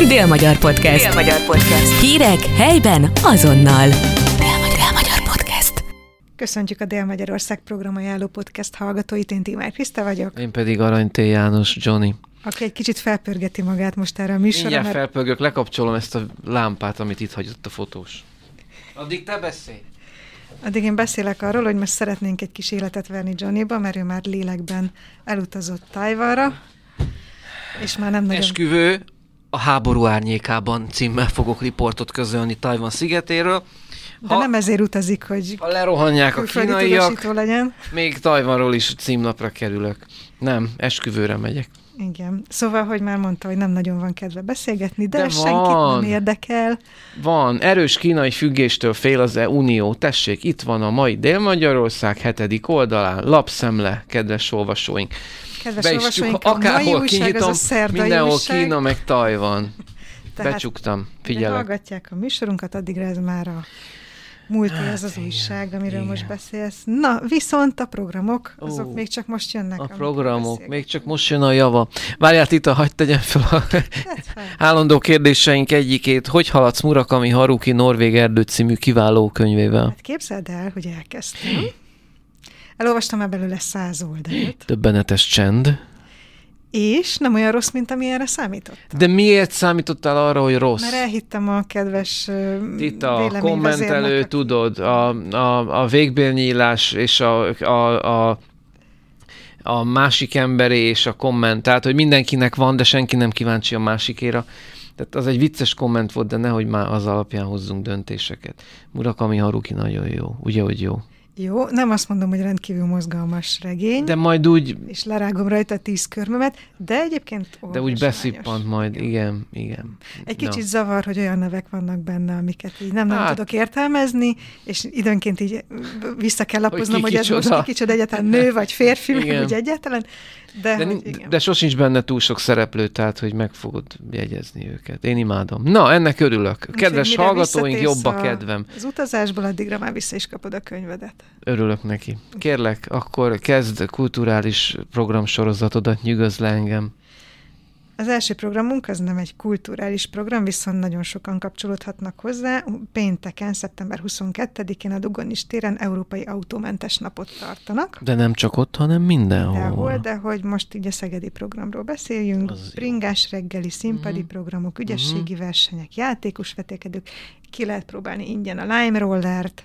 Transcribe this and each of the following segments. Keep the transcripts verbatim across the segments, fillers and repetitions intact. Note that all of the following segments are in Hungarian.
Dél-Magyar Podcast. Dél-Magyar Podcast. Hírek helyben azonnal. Dél-Magyar Podcast. Köszöntjük a Dél-Magyarország programajánló podcast hallgatóit, én Tímár Kriszta vagyok. Én pedig Arany T. János, Johnny. Aki egy kicsit felpörgeti magát most erre a műsorra. Mindjárt mert... felpörgök, lekapcsolom ezt a lámpát, amit itt hagyott a fotós. Addig te beszélj. Addig én beszélek arról, hogy most szeretnénk egy kis életet verni Johnnyba, mert ő már lélekben elutazott Tajvanra, és már nem nagyon... Esküvő a háború árnyékában címmel fogok riportot közölni Tajvan szigetéről. De ha, nem ezért utazik, hogy ha lerohanják a kínaiak, legyen. Még Tajvanról is címlapra kerülök. Nem, esküvőre megyek. Igen. Szóval, hogy már mondta, hogy nem nagyon van kedve beszélgetni, de, de senkit van. nem érdekel. Van. Erős kínai függéstől fél az Unió. Tessék, itt van a mai Dél-Magyarország hetedik oldalán. Lapszemle, kedves olvasóink. Kedves Be olvasóink, a mai akárhol újság kinyitom, az a szerdai mindenhol újság. Kína meg Tajvan. Tehát, becsuktam, de figyelek. hallgatják a műsorunkat, addigra ez már a múlti, hát, ez az igen, újság, amiről igen. most beszélsz. Na, viszont a programok, azok Ó, még csak most jönnek. A programok, még csak most jön a java. Várját, itt, hagyd tegyem fel a állandó kérdéseink egyikét. Hogy haladsz Murakami Haruki Norvég erdő című kiváló könyvével? Hát képzeld el, hogy elkezdtem. Elolvastam már belőle száz oldalt. Döbbenetes csend. És nem olyan rossz, mint amilyenre számítottam. De miért számítottál arra, hogy rossz? Mert elhittem a kedves itt a kommentelő, tudod, a, a, a végbélnyílás és a, a, a, a másik emberé és a komment. Tehát, hogy mindenkinek van, de senki nem kíváncsi a másikéra. Tehát az egy vicces komment volt, de nehogy már az alapján hozzunk döntéseket. Murakami Haruki nagyon jó. Ugye, hogy jó? Jó, nem azt mondom, hogy rendkívül mozgalmas regény. De majd úgy... És lerágom rajta a tíz körmömet, de egyébként De úgy beszippant majd, igen, igen. Egy kicsit no. zavar, hogy olyan nevek vannak benne, amiket így nem, nem hát, tudok értelmezni, és időnként így vissza kell lapoznom, hogy, hogy ez most kicsoda egyáltalán nő vagy férfi, meg úgy egyáltalán. De, de, hogy, de, de sosincs benne túl sok szereplő, tehát, hogy meg fogod jegyezni őket. Én imádom. Na, ennek örülök. Kedves hallgatóink, jobb a kedvem. Az utazásból addigra már vissza is kapod a könyvedet. Örülök neki. Kérlek, akkor kezd kulturális programsorozatodat, nyugodj le engem. Az első programunk az nem egy kulturális program, viszont nagyon sokan kapcsolódhatnak hozzá. Pénteken, szeptember huszonkettedikén a Dugonis téren Európai Autómentes Napot tartanak. De nem csak ott, hanem mindenhol. Mindenhol, de hogy most így a szegedi programról beszéljünk. Az bringás reggeli, színpadi uh-huh. programok, ügyességi uh-huh. versenyek, játékos vetélkedők, ki lehet próbálni ingyen a Lime Rollert,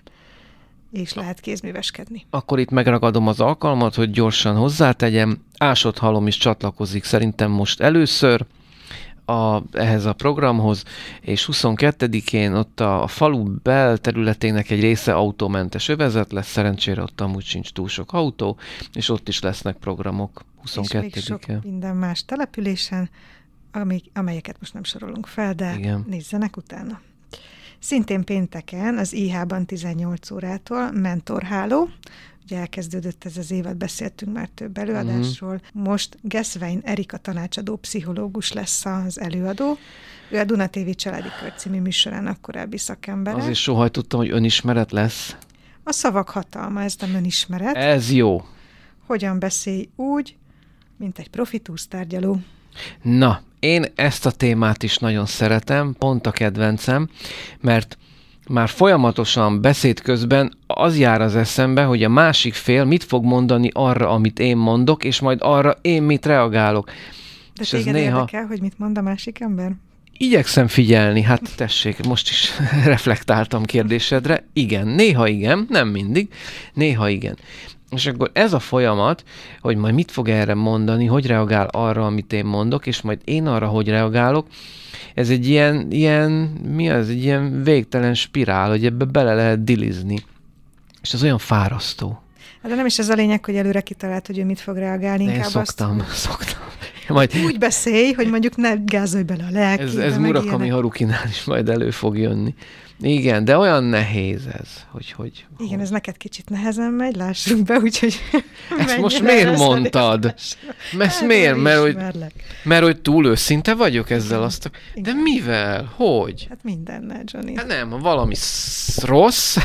és lehet kézműveskedni. Akkor itt megragadom az alkalmat, hogy gyorsan hozzátegyem. Ásott Halom is csatlakozik szerintem most először a, ehhez a programhoz, és huszonkettedikén ott a, a falu belterületének egy része autómentes övezet lesz, szerencsére ott amúgy sincs túl sok autó, és ott is lesznek programok huszonkettedikén. És még sok minden más településen, amik, amelyeket most nem sorolunk fel, de igen. nézzenek utána. Szintén pénteken az i há-ban tizennyolc órától mentorháló, ugye elkezdődött ez az évad, beszéltünk már több előadásról. Mm. Most Geszvein Erika tanácsadó pszichológus lesz az előadó. Ő a Duna té vé Családi Kör című műsorának korábbi szakembere. Azért sóhajtottam, hogy önismeret lesz. A szavak hatalma, ez nem önismeret. Ez jó. Hogyan beszélj úgy, mint egy profi túsztárgyaló. Na, én ezt a témát is nagyon szeretem, pont a kedvencem, mert már folyamatosan beszéd közben az jár az eszembe, hogy a másik fél mit fog mondani arra, amit én mondok, és majd arra én mit reagálok. De és téged ez néha... érdekel, hogy mit mond a másik ember? Igyekszem figyelni, hát tessék, most is reflektáltam kérdésedre. Igen, néha igen, nem mindig, néha igen. És akkor ez a folyamat, hogy majd mit fog erre mondani, hogy reagál arra, amit én mondok, és majd én arra, hogy reagálok, ez egy ilyen, ilyen mi az, egy ilyen végtelen spirál, hogy ebbe bele lehet dilizni. És ez olyan fárasztó. De nem is ez a lényeg, hogy előre kitalált, hogy ő mit fog reagálni. Én szoktam, azt, szoktam. Majd... Úgy beszélj, hogy mondjuk ne gázolj bele a lelkébe. Ez, ez Murakami Harukinál is majd elő fog jönni. Igen, de olyan nehéz ez, hogy... hogy Igen, hogy... ez neked kicsit nehezen megy, lássuk be, úgyhogy... Ezt most miért mondtad? Ezt miért? Mert hogy, mert hogy túl őszinte vagyok ezzel igen. azt a... De mivel? Hogy? Hát mindennel, Johnny. Hát nem, ha valami rossz,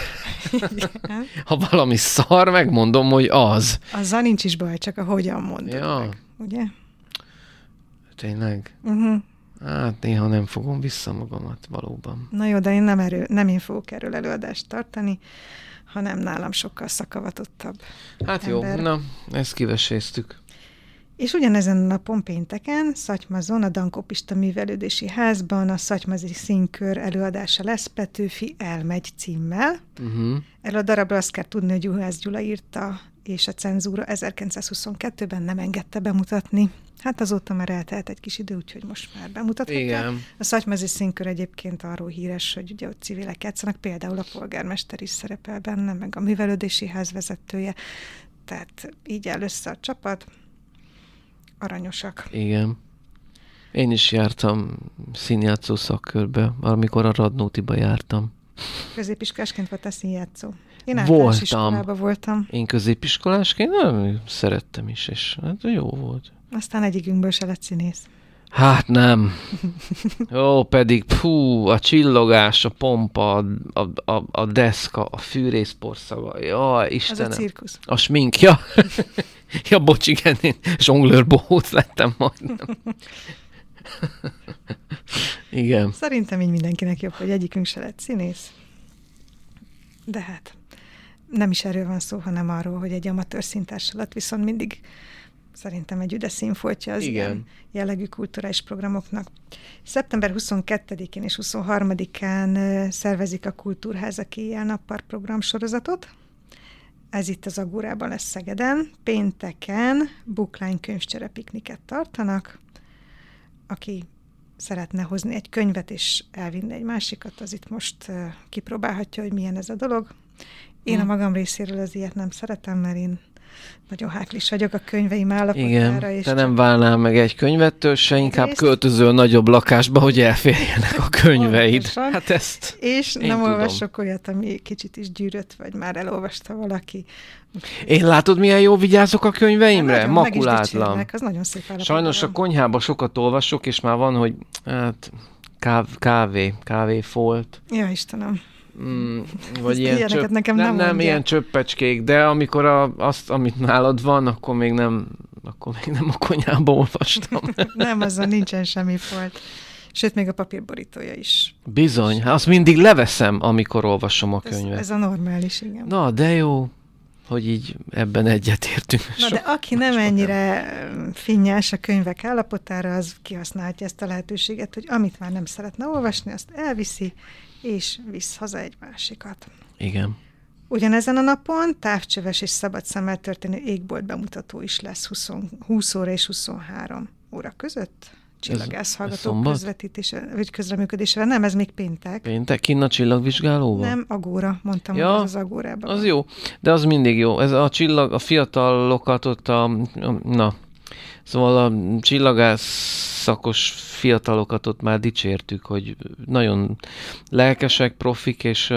ha valami szar, megmondom, hogy az. Azzal nincs is baj, csak a hogyan mondod ja. meg, ugye? Tényleg? Uh-huh. Hát néha nem fogom vissza magamat, valóban. Na jó, de én nem, erő, nem én fogok erről előadást tartani, hanem nálam sokkal szakavatottabb Hát ember. jó, na, ezt kiveséztük. És ugyanezen a napon pénteken Szatymazon, a Dankó Pista Művelődési Házban a Szatymazi Színkör előadása lesz, Petőfi elmegy címmel. Uh-huh. Erről a darabra azt kell tudni, hogy Juhász Gyula írta, és a cenzúra ezerkilencszázhuszonkettőben nem engedte bemutatni. Hát azóta már eltelt egy kis idő, úgyhogy most már bemutathatják. Igen. A Szatymazi Színkör egyébként arról híres, hogy ugye ott civilek játszanak, például a polgármester is szerepel benne, meg a művelődési ház vezetője. Tehát így áll össze a csapat. Aranyosak. Igen. Én is jártam színjátszó szakkörbe, amikor a Radnótiba jártam. Középiskolásként voltál színjátszó? Én általános iskolában voltam. Én középiskolásként nem szerettem is, és hát jó volt. Aztán egyikünkből se lett színész. Hát nem. Jó, pedig pú, a csillogás, a pompa, a, a, a deszka, a fűrészporszaga. Jaj, Istenem. Az a cirkusz. A smink, ja. Ja, bocs, igen, én zsonglőrbohóc lettem majdnem. Igen. Szerintem így mindenkinek jobb, hogy egyikünk se lett színész. De hát nem is erről van szó, hanem arról, hogy egy amatőr színtársulat viszont mindig szerintem egy üde színfoltja az igen. ilyen jellegű kulturális programoknak. szeptember huszonkettedikén és huszonharmadikán szervezik a Kultúrházak éjjel-nappal programsorozatot. Ez itt az Agórában lesz Szegeden. Pénteken Bookline könyvcsere pikniket tartanak. Aki szeretne hozni egy könyvet és elvinni egy másikat, az itt most uh, kipróbálhatja, hogy milyen ez a dolog. Én hmm. a magam részéről az ilyet nem szeretem, mert én nagyon háklis vagyok a könyveim állapotára. Igen, és te nem válnál meg egy könyvettől se, inkább részt... költözöl nagyobb lakásba, hogy elférjenek a könyveid. Pontosan. Hát ezt És nem tudom. olvasok olyat, ami kicsit is gyűrött, vagy már elolvasta valaki. Én látod, milyen jó vigyázok a könyveimre? Nagyon, makulátlan. Az nagyon szép állapotban. Sajnos a konyhába sokat olvasok, és már van, hogy hát káv, kávé, kávéfolt. Ja, Istenem. Mm, vagy ilyen csöpp, nekem nem, nem, nem ilyen csöppecskék, de amikor a, azt, amit nálad van, akkor még nem, akkor még nem a konyhába olvastam. Nem, azon nincsen semmi folt. Sőt, még a papírborítója is. Bizony, azt mindig leveszem, amikor olvasom a könyvet. Ez, ez a normális, igen. Na, de jó, hogy így ebben egyetértünk. Na, de aki nem ennyire finnyás a könyvek állapotára, az kihasználhatja ezt a lehetőséget, hogy amit már nem szeretne olvasni, azt elviszi, és visz haza egy másikat. Igen. Ugyanezen a napon távcsöves és szabad szemmel történő égbolt bemutató is lesz húsz óra és huszonhárom óra között. Csillagászhallgatók közvetítése, vagy közreműködésével. Nem, ez még péntek. Péntek? Kinn a csillagvizsgálóban? Nem, Agóra, mondtam, ja, hogy az az Agórában. Az jó, de az mindig jó. Ez a csillag, a fiatalokat ott a, na, szóval a csillagász szakos fiatalokat ott már dicsértük, hogy nagyon lelkesek, profik, és,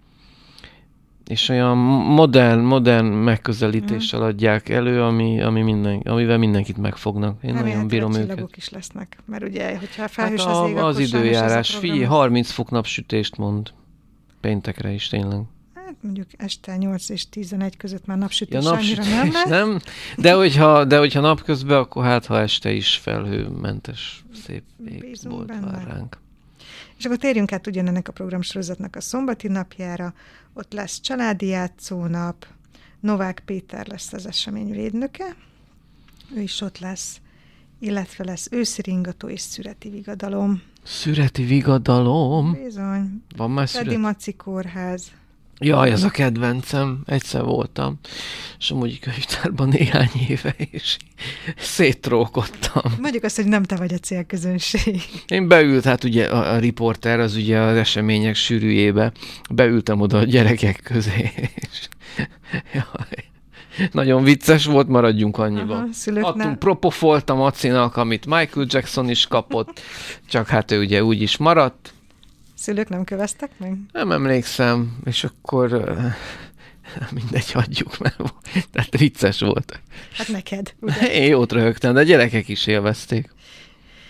és olyan modern, modern megközelítéssel adják elő, ami, ami minden, amivel mindenkit megfognak. Én nagyon bírom őket. Csillagok is lesznek, mert ugye, hogyha felhős hát az a, ég, az időjárás, figyelj, program... harminc fok napsütést mond. Péntekre is tényleg. Hát mondjuk este nyolc és tizenegy között már napsütés ja, annyira nem lesz. Nem, de hogyha, de hogyha napközben, akkor hát ha este is felhőmentes, szép égbolt vár ránk. És akkor térjünk át ugyanennek a programsorozatnak a szombati napjára. Ott lesz családi játszónap, Novák Péter lesz az esemény védnöke, ő is ott lesz, illetve lesz őszi ringató és szüreti vigadalom. Szüreti vigadalom? Bizony. Van már szüret? Fedi Maci kórház. Jaj, ez a kedvencem. Egyszer voltam. És amúgy könyvtárban néhány éve, és széttrókodtam. Mondjuk azt, hogy nem te vagy a célközönség. Én beült, hát ugye a, a riporter, az ugye az események sűrűjébe. Beültem oda a gyerekek közé, és jaj. Nagyon vicces volt, maradjunk annyiban. Adtunk propofolt a Macinak, amit Michael Jackson is kapott, csak hát ő ugye úgy is maradt. Szülők nem köveztek meg? Nem emlékszem, és akkor mindegy, hagyjuk, mert tehát vicces volt. Hát neked, ugye? Én jót röhögtem, de a gyerekek is élvezték.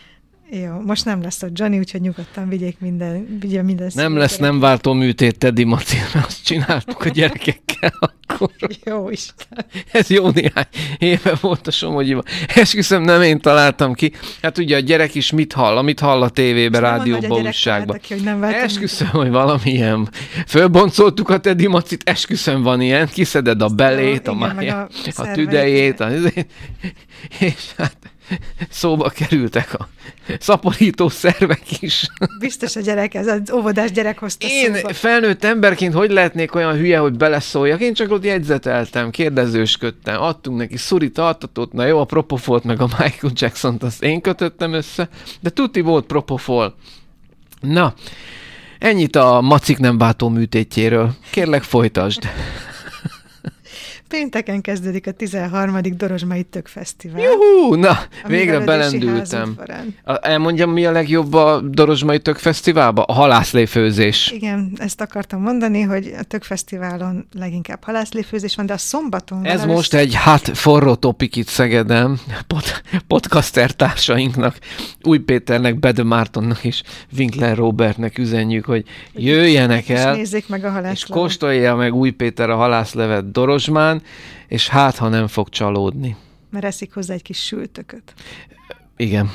Jó, most nem lesz ott Johnny, úgyhogy nyugodtan vigyék minden, vigye minden Nem lesz gyerekek. Nem váltó műtét, Teddy Maci, azt csináltuk a gyerekekkel akkor. Jó Isten. Ez jó néhány éve volt a Somogyiban. Esküszöm, nem én találtam ki. Hát ugye a gyerek is mit hall, amit hall a tévébe, rádióban, újságban. Esküszöm, hogy valamilyen. Fölboncoltuk a Teddy Macit, esküszöm, van ilyen, kiszeded a belét, jó, a máját, a, a tüdejét, a, és hát szóba kerültek a szaporító szervek is. Biztos a gyerek, ez az óvodás gyerek hozta Én szóba. felnőtt emberként hogy lehetnék olyan hülye, hogy beleszóljak? Én csak ott jegyzeteltem, kérdezősködtem, adtunk neki szurit, altatót, na jó, a Propofolt meg a Michael Jackson-t azt én kötöttem össze, de tuti volt Propofol. Na, ennyit a Macik nem váltó műtétjéről. Kérlek, folytasd. Pénteken kezdődik a tizenharmadik Dorozsmai Tökfesztivál. Juhú, na, végre belendültem. Elmondjam, mi a legjobb a Dorozsmai Tökfesztiválban? A halászléfőzés. Igen, ezt akartam mondani, hogy a Tökfesztiválon leginkább halászléfőzés van, de a szombaton... Ez most egy hát forró topik itt Szegeden, pod, podcaster társainknak, Új Péternek, Bede Mártonnak és Winkler Robertnek üzenjük, hogy jöjjenek el, és nézzék meg a halászlevet. És kóstolja meg Új Péter a halászlevet Dorozsmán, és hát, ha nem fog csalódni. Mert eszik hozzá egy kis sültököt. Igen.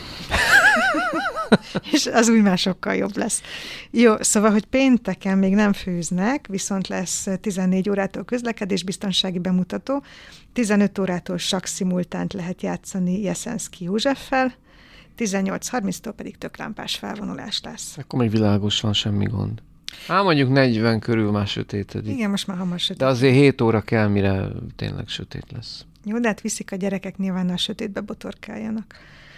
És az úgy már sokkal jobb lesz. Jó, szóval, hogy pénteken még nem főznek, viszont lesz tizennégy órától közlekedésbiztonsági bemutató, tizenöt órától sakszimultánt lehet játszani Jeszenszky Józseffel, tizennyolc harminctól pedig töklámpás felvonulás lesz. Akkor még világos van, semmi gond. Á, mondjuk negyven körül már sötétedik. Igen, most már hamar sötét. De azért hét óra kell, mire tényleg sötét lesz. Jó, de hát viszik a gyerekek, nyilván a sötétbe botorkáljanak.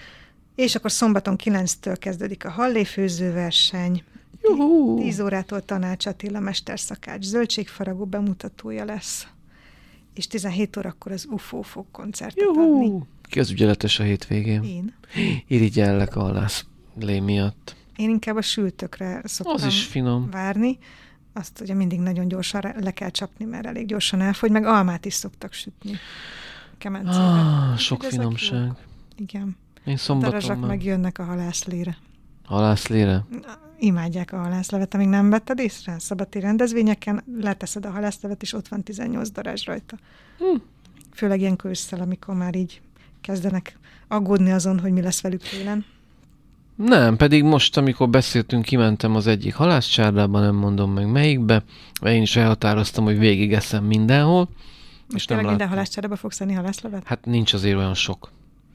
És akkor szombaton kilenctől kezdődik a halléfőzőverseny. Juhú! tíz órától Tanács Attila mesterszakács zöldségfaragó bemutatója lesz. És tizenhét órakor az u f o fog koncertet Juhú! adni. Ki az ügyeletes a hétvégén? Én. Irigyellek a halászlé miatt. Én inkább a sültökre szoktam az is finom. várni. Azt ugye mindig nagyon gyorsan le kell csapni, mert elég gyorsan elfogy, meg almát is szoktak sütni. Kemencében. Ah, sok finomság. Igen. Én szombaton Darazsak már. meg jönnek a halászlére. Halászlére? Imádják a halászlevet, amíg nem vetted észre. Szabadtéri rendezvényeken leteszed a halászlevet, és ott van tizennyolc darázs rajta. Hm. Főleg ilyen ősszel, amikor már így kezdenek aggódni azon, hogy mi lesz velük télen. Nem, pedig most, amikor beszéltünk, kimentem az egyik halászcsárdába, nem mondom meg melyikbe, mert én is elhatároztam, hogy végigeszem mindenhol. És, és tényleg minden halászcsárdába fogsz enni halászlevet? Hát nincs azért olyan sok.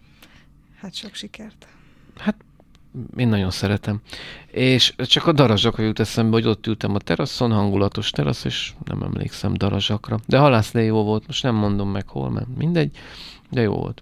Hát sok sikert. Hát én nagyon szeretem. És csak a darazsakra jut eszembe, hogy ott ültem a teraszon, hangulatos terasz, és nem emlékszem darazsakra. De halászlé jó volt, most nem mondom meg hol, mert mindegy, de jó volt.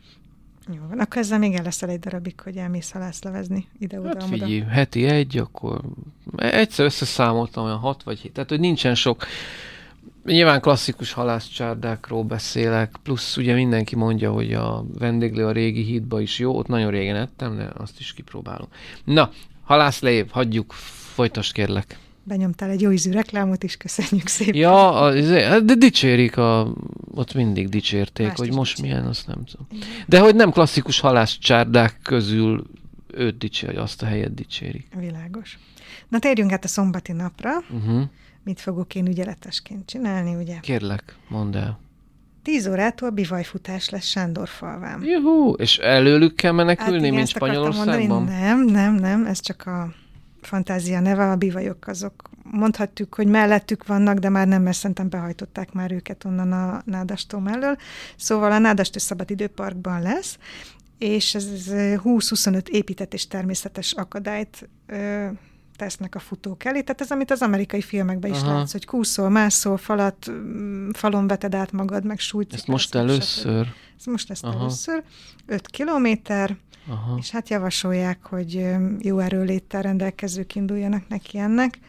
Jó van, akkor ezzel még el leszel egy darabig, hogy elmész halászlevezni ide-oda. Hát figyelj, heti egy, akkor egyszer összeszámoltam olyan hat vagy hét, tehát hogy nincsen sok. Nyilván klasszikus halászcsárdákról beszélek, plusz ugye mindenki mondja, hogy a vendéglő a régi hídba is jó, ott nagyon régen ettem, de azt is kipróbálom. Na, halászlé, hagyjuk, folytasd kérlek. Benyomtál egy jó ízű reklámot is, köszönjük szépen. Ja, de dicsérik, a, ott mindig dicsérték, Mást hogy most dicsérik. milyen, azt nem tudom. Igen. De hogy nem klasszikus halászcsárdák közül őt dicsérik, azt a helyet dicsérik. Világos. Na térjünk át a szombati napra. Uh-huh. Mit fogok én ügyeletesként csinálni, ugye? Kérlek, mondd el. Tíz órától bivajfutás lesz Sándorfalván. Juhú, és előlük kell menekülni, hát igen, mint ezt akartam Spanyolországban? mondani. Nem, nem, nem, ez csak a fantázia neve, a bivajok azok. Mondhatjuk, hogy mellettük vannak, de már nem, mert szerintem behajtották már őket onnan a Nádastó mellől. Szóval a Nádastó Szabadidőparkban lesz, és ez húsz-huszonöt épített és természetes akadályt ö, tesznek a futók elé. Tehát ez, amit az amerikai filmekben is Aha. látsz, hogy kúszol, mászol, falat, falon veted át magad, meg sújt. Ezt most először? Ez most lesz Aha. először. öt kilométer, Aha. és hát javasolják, hogy jó erőléttel rendelkezők induljanak neki ennek.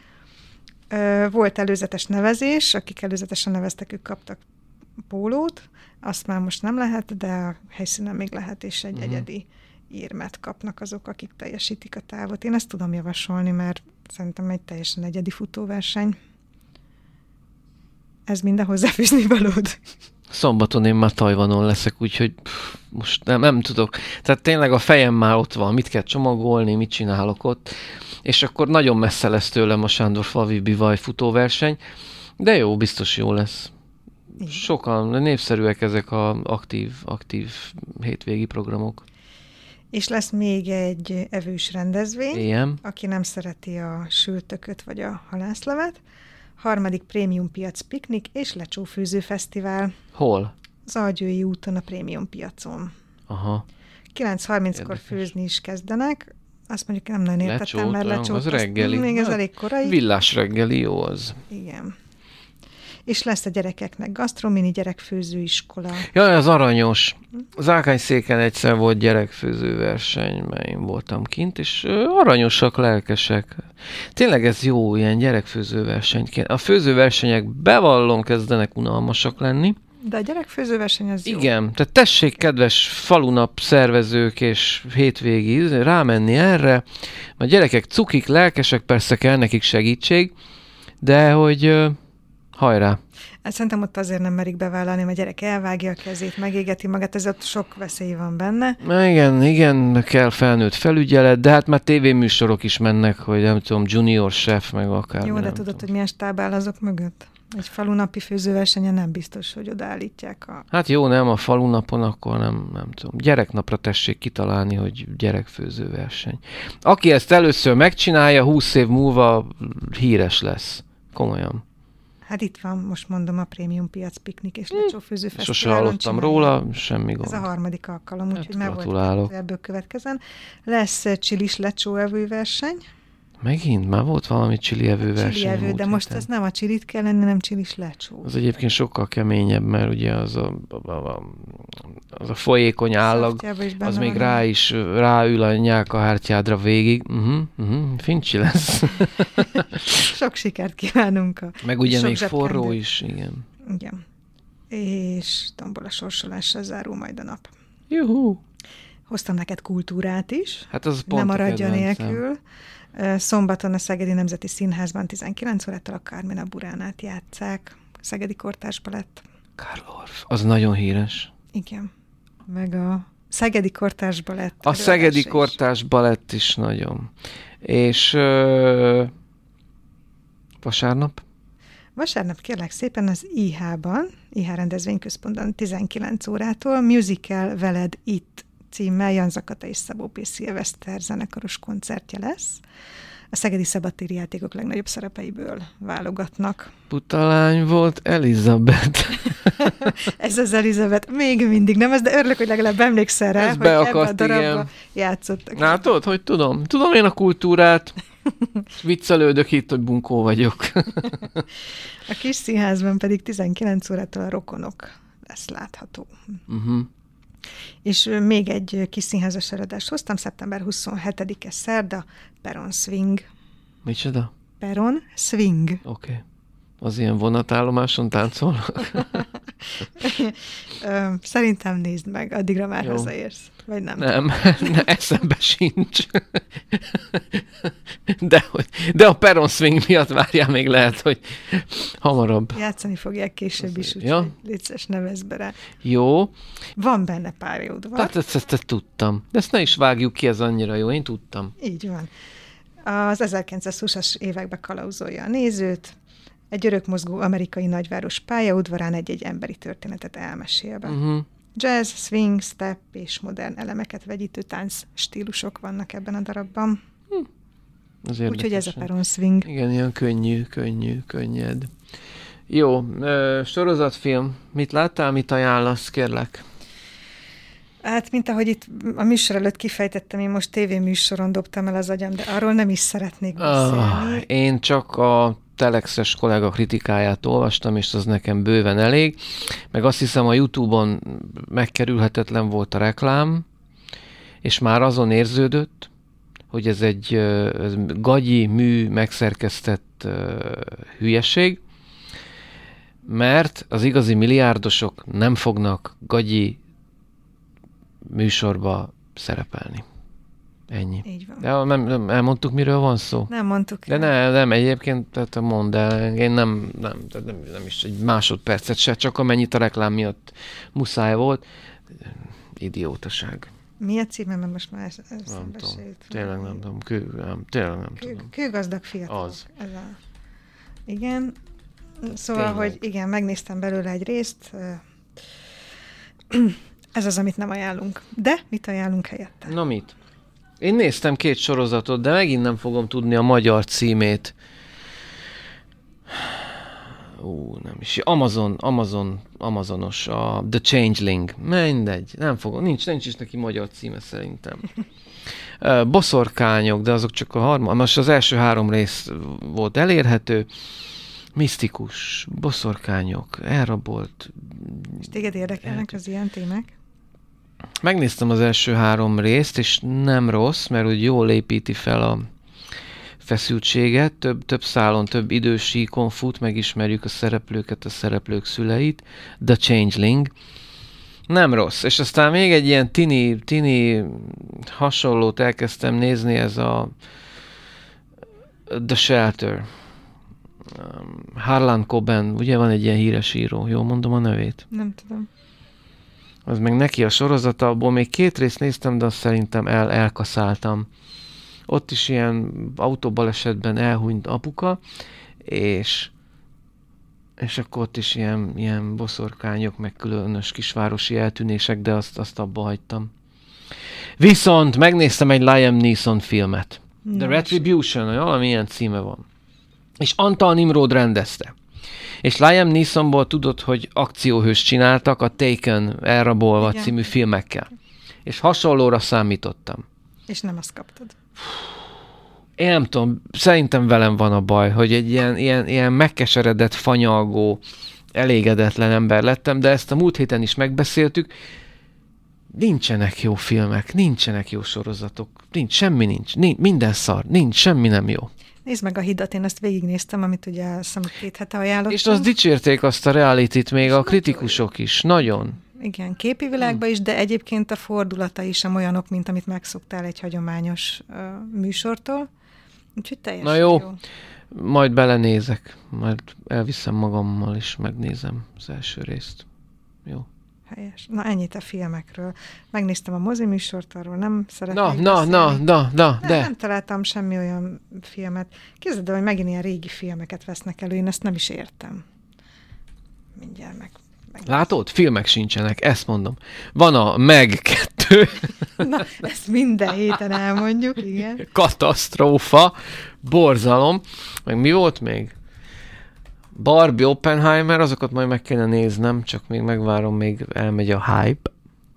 Volt előzetes nevezés, akik előzetesen neveztek, ők kaptak pólót, azt már most nem lehet, de a helyszínen még lehet, és egy uh-huh. egyedi írmet kapnak azok, akik teljesítik a távot. Én ezt tudom javasolni, mert szerintem egy teljesen egyedi futóverseny. Ez minden hozzáfűzni valód. Szombaton én már Tajvanon leszek, úgyhogy pff, most nem, nem tudok. Tehát tényleg a fejem már ott van, mit kell csomagolni, mit csinálok ott, és akkor nagyon messze lesz tőlem a Sándor-falvi bivaj futóverseny, de jó, biztos jó lesz. Sokan, népszerűek ezek az aktív, aktív hétvégi programok. És lesz még egy evős rendezvény, Igen. Aki nem szereti a sültököt vagy a halászlevet. Harmadik prémium piac piknik és lecsófőző fesztivál. Hol? Az Algyői úton a prémium piacon. Aha. kilenc harminckor főzni is kezdenek. Azt mondjuk nem nagyon értettem, Lecsót, mert lecsót. az reggeli. Még ez elég korai. Villás reggeli, jó az. Igen. És lesz a gyerekeknek gasztromini gyerekfőzőiskola. Jaj, az aranyos. Zákányszéken egyszer volt gyerekfőzőverseny, mert én voltam kint, és aranyosak, lelkesek. Tényleg ez jó, ilyen gyerekfőzőverseny. A főzőversenyek, bevallom, kezdenek unalmasak lenni. De a gyerekfőzőverseny az jó. Igen, tehát tessék, kedves falunap szervezők és hétvégi rámenni erre. A gyerekek cukik, lelkesek, persze kell nekik segítség, de hogy hajrá. Hát szerintem ott azért nem merik bevállalni, mert a gyerek elvágja a kezét, megégeti magát, ez ott sok veszély van benne. Igen, igen, kell felnőtt felügyelet, de hát már tévéműsorok is mennek, hogy nem tudom, junior chef, meg akár. Jó, de tudod, tudom. hogy milyen stáb áll azok mögött? Egy falunapi főzőversenyen nem biztos, hogy odaállítják a... Hát jó, nem, a falunapon akkor nem, nem tudom. Gyereknapra tessék kitalálni, hogy gyerekfőzőverseny. Aki ezt először megcsinálja, húsz év múlva híres lesz. Komolyan. Hát itt van, most mondom, a prémium piac piknik és lecsófőző fesztiválon. Sose hallottam csinálja. róla, semmi gond. Ez a harmadik alkalom, hát úgyhogy már volt, hogy ebből következzen. Lesz csilis lecsó evőverseny. Megint? Már volt valami csili evőverseny. Csili evő, de most ez nem a csilit kell lenni, nem csilis lecsó. Az egyébként sokkal keményebb, mert ugye az a, a, a, az a folyékony állag, az még van. rá is ráül a nyálkahártyádra végig. Uh-huh, uh-huh, fincsi lesz. Sok sikert kívánunk. A meg ugye még forró kendő. Is, igen. Igen. És tombola sorsolással zárul majd a nap. Juhú! Hoztam neked kultúrát is. Hát az pont nem maradja nélkül. Szombaton a Szegedi Nemzeti Színházban tizenkilenc órától a Carmina Buránát játsszák. Szegedi Kortárs Balett. Karl Orff. Az nagyon híres. Igen. Meg a Szegedi Kortárs Balett. A Szegedi Kortárs Balett is nagyon. És uh, vasárnap? Vasárnap kérlek szépen az i há-ban, i há rendezvényközpontban tizenkilenc órától Musical Veled Itt címmel Jan Zakata és Szabó P. Szilveszter zenekaros koncertje lesz. A szegedi szabadtéri játékok legnagyobb szerepeiből válogatnak. Putalány volt Elizabeth. Ez az Elizabeth még mindig nem az, de örülök, hogy legalább emlékszel rá, ez hogy beakadt, ebben a darabban játszottak. Látod, hogy tudom? Tudom én a kultúrát. Viccelődök itt, hogy bunkó vagyok. A kis színházban pedig tizenkilenc órától a Rokonok lesz látható. Uh-huh. És még egy kis színházas előadást hoztam, szeptember huszonhetedike szerda, Peron Swing. Micsoda? Peron Swing. Oké. Okay. Az ilyen vonatállomáson táncolnak? Szerintem nézd meg, addigra már jó. Hazaérsz. Vagy nem? Nem, ne, eszembe sincs. De, de a Peron Swing miatt várjál, még lehet, hogy hamarabb. Játszani fogják később is, úgyhogy ja. légy szíves, nevezz be rá. Jó. Van benne pályaudvar. Tehát ezt, ezt, ezt tudtam. De ezt ne is vágjuk ki, ez annyira jó. Én tudtam. Így van. Az ezerkilencszázhúszas években kalauzolja a nézőt, egy örökmozgó amerikai nagyváros pályaudvarán egy-egy emberi történetet elmesélve. Uh-huh. Jazz, swing, step és modern elemeket vegyítő tánc stílusok vannak ebben a darabban. Hm. Úgyhogy ez a Peron Swing. Igen, ilyen könnyű, könnyű, könnyed. Jó, ö, sorozatfilm. Mit láttál, mit ajánlasz, kérlek? Hát, mint ahogy itt a műsor előtt kifejtettem, én most tévéműsoron dobtam el az agyam, de arról nem is szeretnék beszélni. Ah, én csak a telexes kollega kritikáját olvastam, és az nekem bőven elég. Meg azt hiszem, a YouTube-on megkerülhetetlen volt a reklám, és már azon érződött, hogy ez egy ez gagyi, mű, megszerkesztett uh, hülyeség, mert az igazi milliárdosok nem fognak gagyi műsorba szerepelni. Ennyi. Így van. De nem, nem elmondtuk, miről van szó? Nem mondtuk. De ne, nem, egyébként, tehát mondd el, én nem, nem, tehát nem, nem is egy másodpercet se, csak amennyit a reklám miatt muszáj volt. Idiótaság. Mi a címe, mert most már ezt nem tudom. Tényleg nem tudom. Kő, nem, tényleg nem Kő, tudom. Kőgazdag fiatalok. Az. Ez a... Igen. Szóval, tényleg. Hogy igen, megnéztem belőle egy részt. Ez az, amit nem ajánlunk. De mit ajánlunk helyette? Na mit? Én néztem két sorozatot, de megint nem fogom tudni a magyar címét. Ú, nem is. Amazon, Amazon, Amazonos, a The Changeling. Mindegy, nem fogom, nincs, nincs is neki magyar címe szerintem. Boszorkányok, de azok csak a harmad, most az első három rész volt elérhető. Misztikus, boszorkányok, elrabolt. És téged érdekelnek az ilyen témák? Megnéztem az első három részt, és nem rossz, mert úgy jól építi fel a feszültséget, több, több szálon, több idősíkon fut, megismerjük a szereplőket, a szereplők szüleit, The Changeling. Nem rossz. És aztán még egy ilyen tini, tini hasonlót elkezdtem nézni, ez a The Shelter. Harlan Coben, ugye van egy ilyen híres író, jól mondom a nevét? Nem tudom. Az meg neki a sorozata, abból még két részt néztem, de azt szerintem el, elkaszáltam. Ott is ilyen autóbalesetben elhunyt apuka, és, és akkor ott is ilyen, ilyen boszorkányok, meg különös kisvárosi eltűnések, de azt, azt abba hagytam. Viszont megnéztem egy Liam Neeson filmet. No. The Retribution, vagy valami ilyen címe van. És Antal Nimrod rendezte. És Liam Neesonból tudod, hogy akcióhős csináltak a Taken, elrabolva igen. című filmekkel. És hasonlóra számítottam. És nem azt kaptad. Én nem tudom, szerintem velem van a baj, hogy egy ilyen, ilyen, ilyen megkeseredett, fanyalgó, elégedetlen ember lettem, de ezt a múlt héten is megbeszéltük. Nincsenek jó filmek, nincsenek jó sorozatok, nincs, semmi nincs, nincs, minden szar, nincs, semmi nem jó. Nézd meg a Hidat, én ezt végignéztem, amit ugye a két hete ajánlottam. És azt dicsérték azt a realityt még és a kritikusok jó. Is, nagyon. Igen, képi világban hmm. is, de egyébként a fordulata is sem olyanok, mint amit megszoktál egy hagyományos uh, műsortól. Úgyhogy teljesen na jó, jó. Majd belenézek, majd elviszem magammal és megnézem az első részt. Jó. Helyes. Na ennyit a filmekről. Megnéztem a moziműsort, arról nem szeretnék Na, na, na, na, na, de. Nem találtam semmi olyan filmet. Képzeld el, hogy megint ilyen régi filmeket vesznek elő, én ezt nem is értem. Mindjárt meg. meg Látod? Filmek sincsenek, ezt mondom. Van a Meg kettő. Na, ezt minden héten elmondjuk, igen. Katasztrófa, borzalom. Meg mi volt még? Barbie, Oppenheimer, azokat majd meg kellene néznem, csak még megvárom, még elmegy a hype.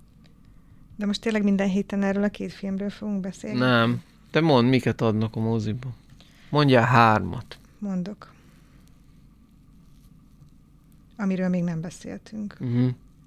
De most tényleg minden héten erről a két filmről fogunk beszélni? Nem. Te mondd, miket adnak a moziba. Mondjál hármat. Mondok. Amiről még nem beszéltünk. Uh-huh.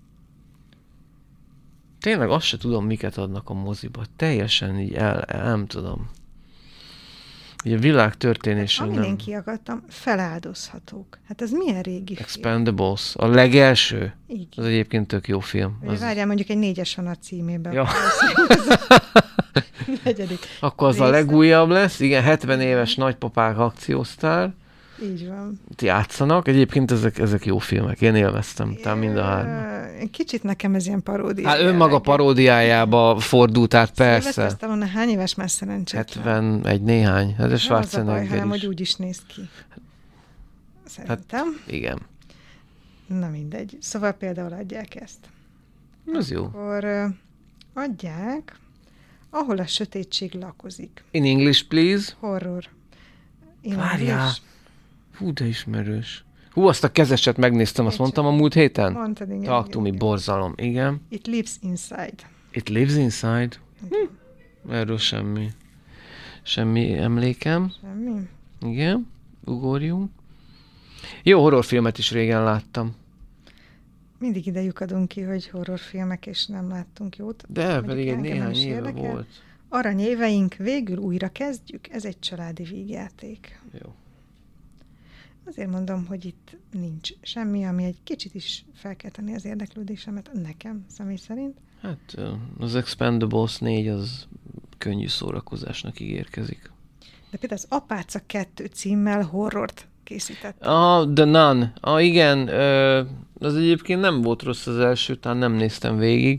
Tényleg azt se tudom, miket adnak a moziba. Teljesen így el, el nem tudom. Ugye a világ történésen nem... nem... Amin én kiakadtam, Feláldozhatók. Hát ez milyen régi Expendables. Film? A legelső? Igen. Az egyébként tök jó film. Az... Várjál, mondjuk egy négyes van a címében. Ja. Negyedik. Akkor az része. A legújabb lesz. Igen, hetven éves nagypapák akciósztár. Így van. Játszanak. Egyébként ezek, ezek jó filmek. Én élveztem. Tehát mind a három. Kicsit nekem ez ilyen paródia. Hát önmaga paródiájába fordult át, persze. Sylvester Stallone hány éves már szerencsétlen? hetvenegy néhány. Hát ez Schwarzenegger is. Nem az a baj, hanem hogy úgy is néz ki. Szerintem. Hát, igen. Na mindegy. Szóval például adják ezt. Ez jó. Akkor uh, adják, ahol a sötétség lakozik. In English, please. Horror. In Várjál. English. Hú, de ismerős. Hú, azt a kezeset megnéztem, azt mondtam a múlt héten? Mondtad, igen. Talk to me, borzalom, igen. It lives inside. It lives inside? Hm. Erről semmi. Semmi emlékem. Semmi? Igen, ugorjunk. Jó horrorfilmet is régen láttam. Mindig ide lyukadunk ki, hogy horrorfilmek, és nem láttunk jót. De mondjuk pedig egy néhány éve érdekel. Volt. Aranyéveink, végül újra kezdjük. Ez egy családi vígjáték. Jó. Azért mondom, hogy itt nincs semmi, ami egy kicsit is fel kell tenni az érdeklődésemet nekem, személy szerint. Hát az Expendables négy az könnyű szórakozásnak ígérkezik. De például az Apáca kettő címmel horrort készített. Ah, The Nun. Ah, igen, az egyébként nem volt rossz az első, talán nem néztem végig,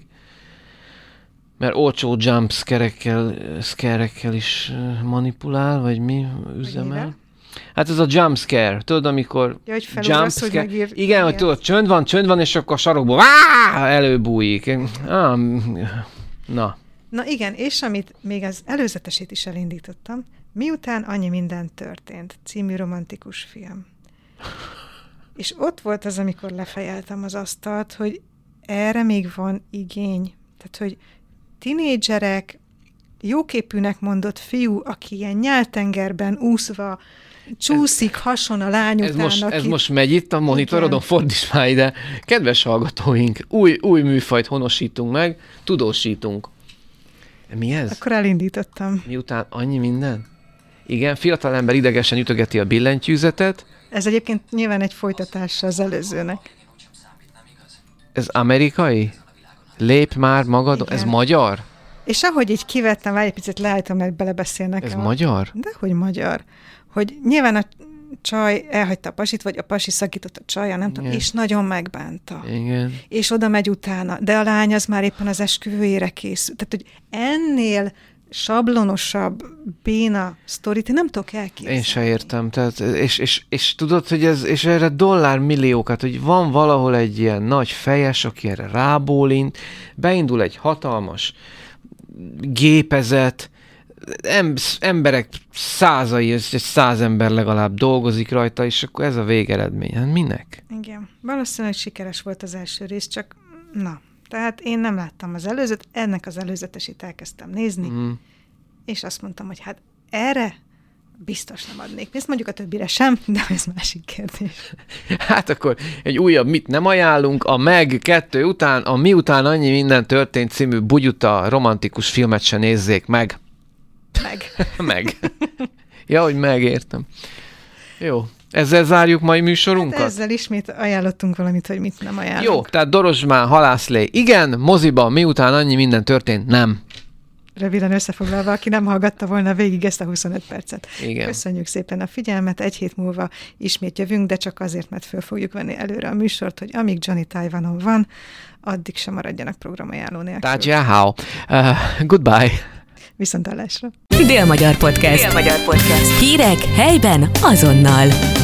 mert olcsó jumpscare-ekkel scare-ekkel is manipulál, vagy mi üzemel. Hát ez a jumpscare, tudod, amikor ja, hogy felugrasz, hogy megír... Igen, ilyet. Hogy tudod, csönd van, csönd van, és akkor a sarokból áh, előbújik. Ah, na. Na igen, és amit még az előzetesét is elindítottam, Miután annyi minden történt, című romantikus film. És ott volt az, amikor lefejeltem az asztalt, hogy erre még van igény. Tehát, hogy tinédzserek, jóképűnek mondott fiú, aki ilyen nyáltengerben úszva csúszik hason a lány után. Ez most, aki... ez most megy itt a monitorodon, fordíts már ide. Kedves hallgatóink, új, új műfajt honosítunk meg, tudósítunk. Mi ez? Akkor elindítottam. Miután annyi minden? Igen, fiatalember idegesen ütögeti a billentyűzetet. Ez egyébként nyilván egy folytatása az előzőnek. Ez amerikai? Lép már magad, igen. Ez magyar? És ahogy így kivettem, várj egy picit leállítom, mert belebeszélnek. Ez a... magyar? Dehogy magyar. Hogy nyilván a csaj elhagyta a pasit, vagy a pasi szakított a csaja, nem tudom, és nagyon megbánta. Igen. És oda megy utána. De a lány az már éppen az esküvőjére készül. Tehát, hogy ennél sablonosabb, béna sztorit, én nem tudok elképzelni. Én se értem. Tehát, és, és, és tudod, hogy ez, és erre dollármilliókat, hogy van valahol egy ilyen nagy fejes, aki erre rábólint, beindul egy hatalmas gépezet, emberek százai, egy száz ember legalább dolgozik rajta, és akkor ez a végeredmény. Hát minek? Igen. Valószínűleg sikeres volt az első rész, csak na. Tehát én nem láttam az előzőt, ennek az előzetesét elkezdtem nézni, mm. és azt mondtam, hogy hát erre biztos nem adnék. Ezt mondjuk a többire sem, de ez másik kérdés. Hát akkor egy újabb mit nem ajánlunk, a Meg kettő után, a Miután annyi minden történt című bugyuta romantikus filmet se nézzék meg. Meg. meg. Ja, hogy megértem. Jó. Ezzel zárjuk mai műsorunkat? Hát ezzel ismét ajánlottunk valamit, hogy mit nem ajánlunk. Jó, tehát Dorozsmán, halászlé. Igen, moziban, miután annyi minden történt, nem. Röviden összefoglalva, aki nem hallgatta volna végig ezt a huszonöt percet. Igen. Köszönjük szépen a figyelmet, egy hét múlva ismét jövünk, de csak azért, mert föl fogjuk venni előre a műsort, hogy amíg Johnny Taiwanon van, addig sem maradjanak programajánló nélkül. Tájjáhau. Uh, goodbye. Viszontlátásra. Dél-Magyar Podcast. Dél-Magyar Podcast. Hírek helyben azonnal.